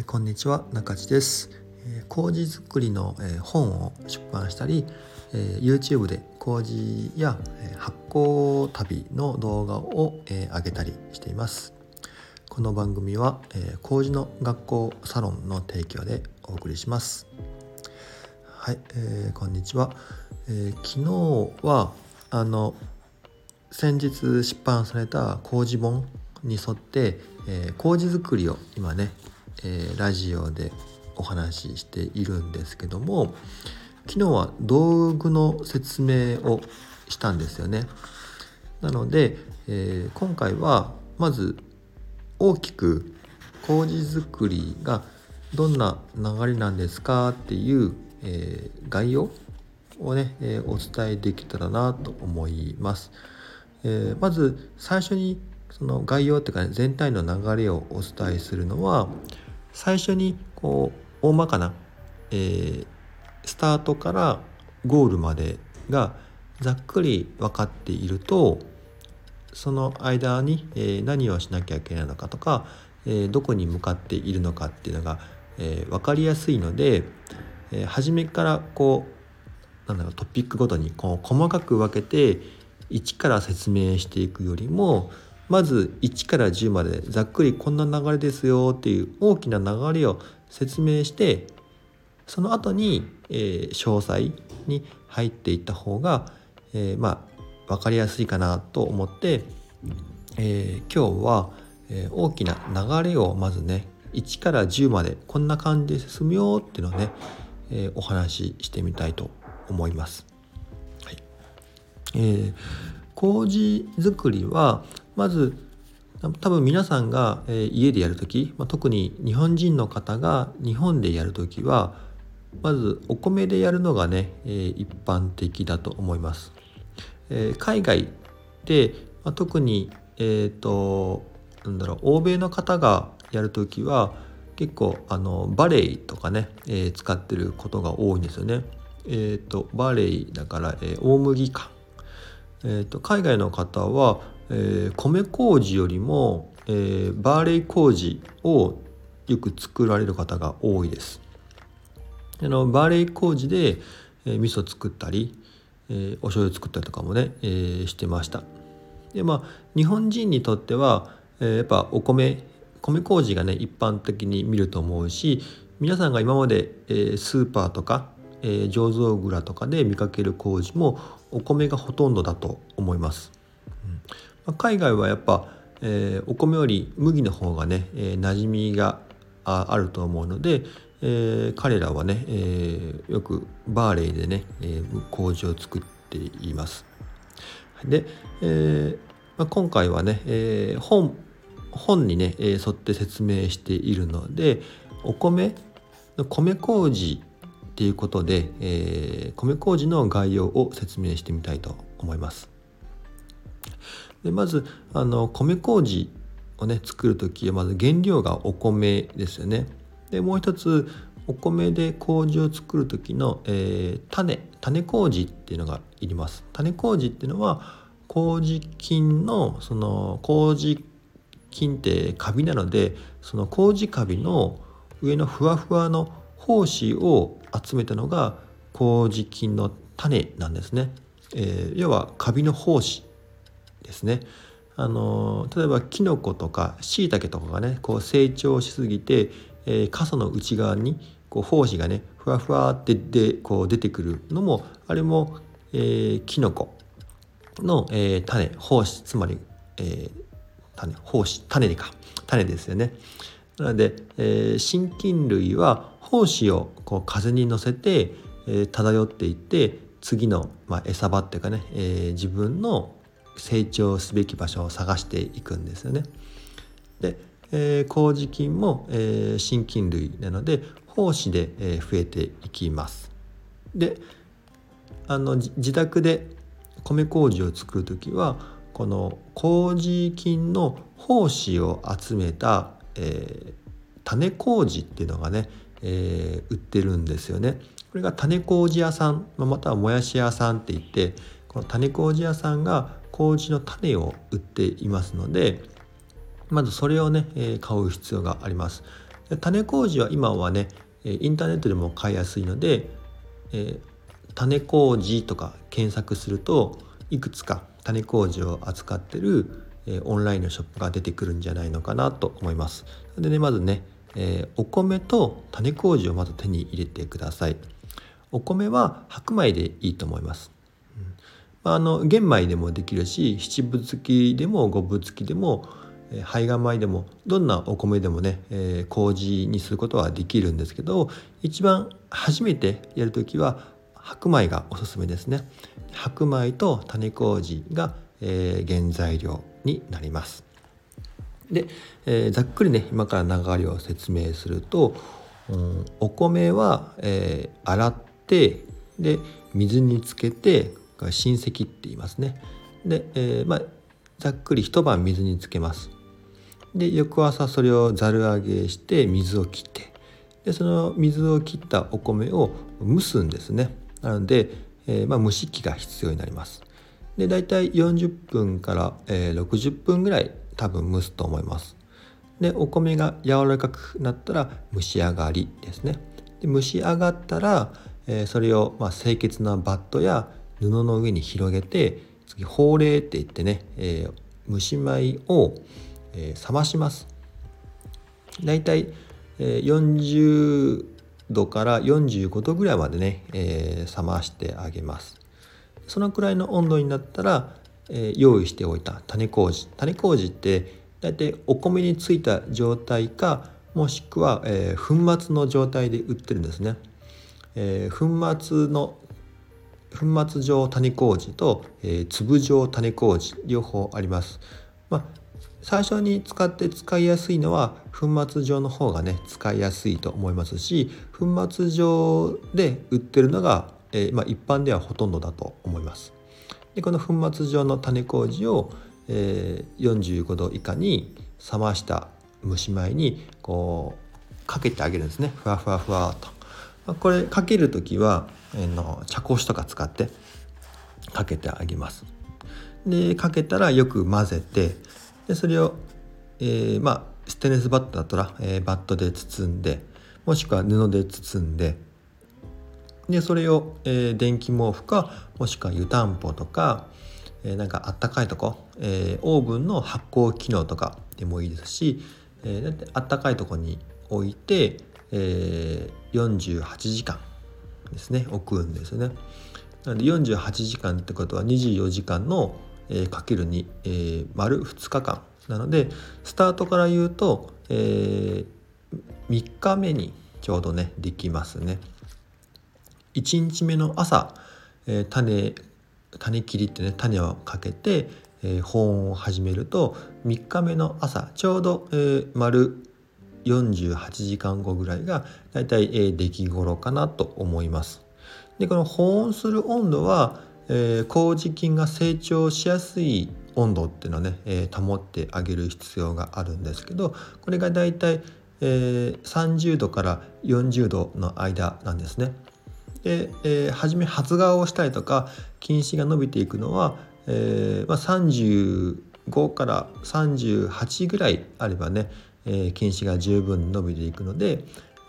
こんにちは、中地です。麹作りの、本を出版したり、YouTube で麹や、発酵旅の動画を、上げたりしています。この番組は、麹の学校サロンの提供でお送りします。はい、こんにちは。昨日は先日出版された麹本に沿って、麹作りを今ね、ラジオでお話ししているんですけども、昨日は道具の説明をしたんですよね。なので、今回はまず大きく麹作りがどんな流れなんですかっていう、概要をね、お伝えできたらなと思います。まず最初にその概要っていうか、全体の流れをお伝えするのは、最初にこう大まかな、スタートからゴールまでがざっくり分かっていると、その間に、何をしなきゃいけないのかとか、どこに向かっているのかっていうのが、分かりやすいので、初めからこうトピックごとにこう細かく分けて1から説明していくよりも、まず1から10までざっくりこんな流れですよっていう大きな流れを説明して、その後に、詳細に入っていった方が、分かりやすいかなと思って、今日は、大きな流れをまずね1から10までこんな感じで進むよっていうのをね、お話ししてみたいと思います。はい。麹作りはまず多分皆さんが、家でやるとき、特に日本人の方が日本でやるときはまずお米でやるのがね、一般的だと思います。海外で、特に欧米の方がやるときは結構バレイとかね、使ってることが多いんですよね。バレイだから、大麦か。海外の方は、米麹よりも、バーレイ麹をよく作られる方が多いです。バーレイ麹で、味噌作ったり、お醤油作ったりとかもね、してました。で日本人にとっては、やっぱ米麹がね一般的に見ると思うし、皆さんが今まで、スーパーとか、醸造蔵とかで見かける麹もお米がほとんどだと思います。海外はやっぱ、お米より麦の方がね、馴染みがあると思うので、彼らはね、よくバーレイでね、麹を作っています。で、今回はね、本にね、沿って説明しているので、お米の米麹っていうことで、米麹の概要を説明してみたいと思います。でまず米麹をね作るときはまず原料がお米ですよね。でもう一つお米で麹を作る時の、種麹っていうのがいります。種麹っていうのは麹菌のその麹菌ってカビなので、その麹カビの上のふわふわの胞子を集めたのが麹菌の種なんですね。要はカビの胞子ですね。例えばキノコとかシイタケとかがねこう成長しすぎて、傘の内側にこう胞子がねふわふわってこう出てくるのも、あれも、キノコの、種胞子、つまり、種ですよね。なので、真菌類は胞子をこう風に乗せて、漂っていって次の、餌場っていうかね、自分の成長すべき場所を探していくんですよね。で、麹菌も、真菌類なので胞子で、増えていきます。で自宅で米麹を作るときはこの麹菌の胞子を集めた、種麹っていうのがね、売ってるんですよね。これが種麹屋さん、またはもやし屋さんって言って、この種麹屋さんが麹の種を売っていますので、まずそれをね、買う必要があります。 種麹は今はねインターネットでも買いやすいので、種麹とか検索するといくつか種麹を扱ってるオンラインのショップが出てくるんじゃないのかなと思います。でね、まずね、お米と種麹をまず手に入れてください。お米は白米でいいと思います。玄米でもできるし、七分付きでも五分付きでも胚芽米でもどんなお米でもね、麹にすることはできるんですけど、一番初めてやるときは白米がおすすめですね。白米と種麹が、原材料になります。で、ざっくりね今から流れを説明すると、お米は、洗ってで水につけて浸石って言いますね。で、ざっくり一晩水につけます。で翌朝それをざる上げして水を切って、でその水を切ったお米を蒸すんですね。なので、蒸し器が必要になります。でだいたい40分から、60分ぐらい多分蒸すと思います。でお米が柔らかくなったら蒸し上がりですね。で蒸し上がったら、それを、清潔なバットや布の上に広げて、次法冷って言ってね、蒸し米を、冷まします。だいたい40度から45度ぐらいまでね、冷ましてあげます。そのくらいの温度になったら、用意しておいた種麹ってだいたいお米についた状態か、もしくは、粉末の状態で売ってるんですね。粉末状種麹と、粒状種麹両方あります。最初に使いやすいのは粉末状の方がね使いやすいと思いますし、粉末状で売ってるのが、一般ではほとんどだと思います。でこの粉末状の種麹を、45度以下に冷ました蒸し米にこうかけてあげるんですね。ふわふわふわと、これかけるときは、茶こしとか使ってかけてあげます。でかけたらよく混ぜて、でそれを、ステンレスバットだったら、バットで包んで、もしくは布で包んで、でそれを、電気毛布かもしくは湯たんぽとか、なんかあったかいとこ、オーブンの発酵機能とかでもいいですし、だってあったかいとこに置いて、48時間ですね置くんですね。なので48時間ってことは24時間の、かける2、丸2日間なので、スタートから言うと、3日目にちょうどねできますね。1日目の朝、種切りってね種をかけて、保温を始めると3日目の朝ちょうど、丸48時間後ぐらいがだいたい、出来頃かなと思います。でこの保温する温度は、麹菌が成長しやすい温度っていうのをね、保ってあげる必要があるんですけど、これがだいたい30度から40度の間なんですね。で、初め発芽をしたりとか菌糸が伸びていくのは、35から38ぐらいあればね、菌糸が十分伸びていくので、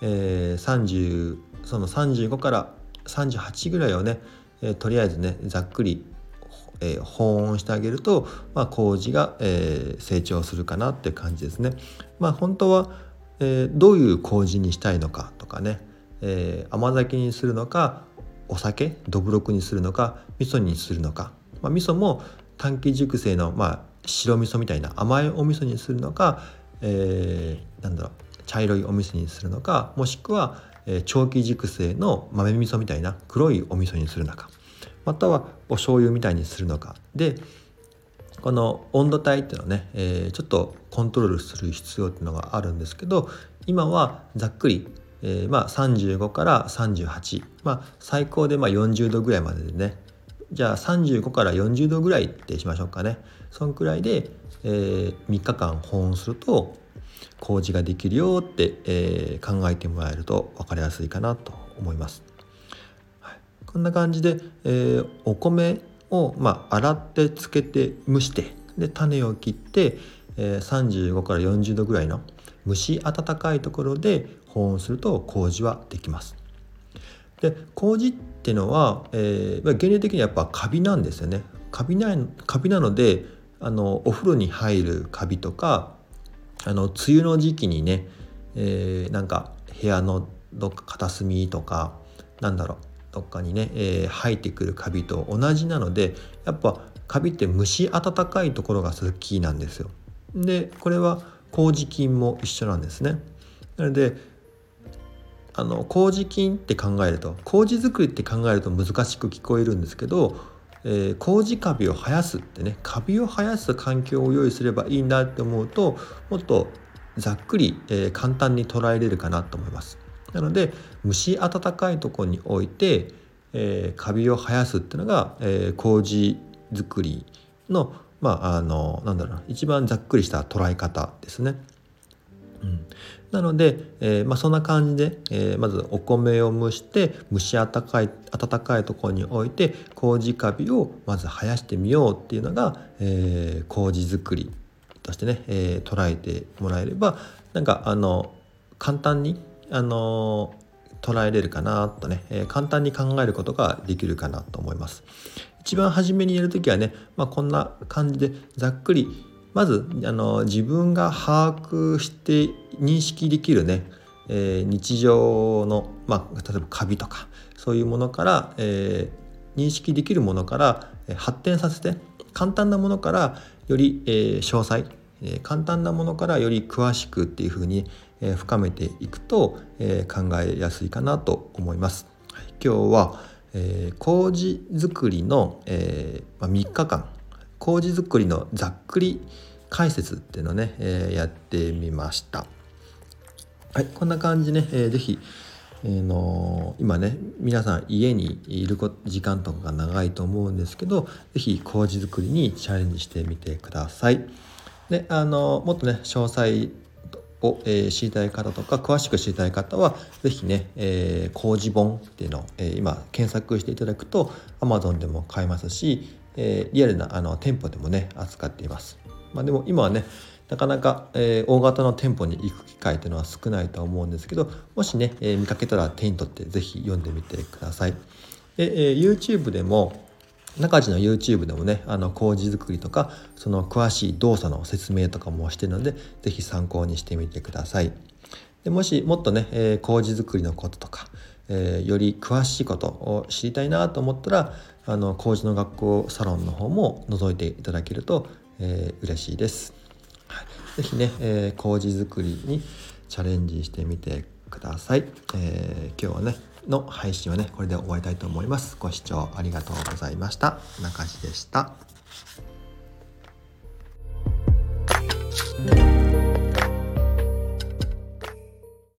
その35から38ぐらいをね、とりあえずねざっくり、保温してあげると、麹が、成長するかなって感じですね。本当は、どういう麹にしたいのかとかね、甘酒にするのかお酒どぶろくにするのか味噌にするのか、味噌も短期熟成の、白味噌みたいな甘いお味噌にするのか、茶色いお味噌にするのか、もしくは、長期熟成の豆味噌みたいな黒いお味噌にするのか、またはお醤油みたいにするのかで、この温度帯っていうのをね、ちょっとコントロールする必要っていうのがあるんですけど、今はざっくり、35から38、最高で40度ぐらいまででね、じゃあ35から40度ぐらいってしましょうかね。そのくらいで、3日間保温すると麹ができるよって、考えてもらえると分かりやすいかなと思います。こんな感じで、お米を、洗ってつけて蒸して、で種を切って、35から40度ぐらいの、 蒸し暖かいところで保温すると麹はできます。で麹っていうのは、原理的にはやっぱカビなんですよね。カビなのでお風呂に入るカビとか梅雨の時期にね、なんか部屋のどっか片隅とかどっかにね、生えてくるカビと同じなので、やっぱカビって蒸し暖かいところが好きなんですよ。でこれは麹菌も一緒なんですね。なので麹菌って考えると、麹作りって考えると難しく聞こえるんですけど、麹カビを生やすってね、カビを生やす環境を用意すればいいんだって思うと、もっとざっくり、簡単に捉えれるかなと思います。なので蒸し暖かいところに置いて、カビを生やすっていうのが、麹作りの一番ざっくりした捉え方ですね。なので、そんな感じで、まずお米を蒸して蒸し暖かいところに置いて麹カビをまず生やしてみようっていうのが、麹作りとしてね、捉えてもらえれば簡単に捉えれるかなとね、簡単に考えることができるかなと思います。一番初めにやるときはね、こんな感じでざっくりまず自分が把握して認識できるね、日常の、例えばカビとかそういうものから、認識できるものから発展させて、簡単なものからより、詳細、簡単なものからより詳しくっていう風に、深めていくと、考えやすいかなと思います。今日は、麹作りの、3日間麹作りのざっくり解説っていうのをね、やってみました。はい、こんな感じね、ぜひ、今ね皆さん家にいる時間とかが長いと思うんですけど、ぜひ麹作りにチャレンジしてみてください。でもっとね詳細を、知りたい方とか詳しく知りたい方はぜひね、麹本っていうのを、今検索していただくと Amazon でも買えますし、リアルな店舗でもね扱っています。でも今はねなかなか、大型の店舗に行く機会というのは少ないと思うんですけど、もしね、見かけたら手に取ってぜひ読んでみてください。で、YouTube でも中地の YouTube でもね麹作りとかその詳しい動作の説明とかもしているので、ぜひ参考にしてみてください。でもしもっとね、麹作りのこととか、より詳しいことを知りたいなと思ったら麹の学校サロンの方も覗いていただけると、嬉しいです。ぜひね、麹作りにチャレンジしてみてください。今日はねの配信はねこれで終わりたいと思います。ご視聴ありがとうございました。中地でした。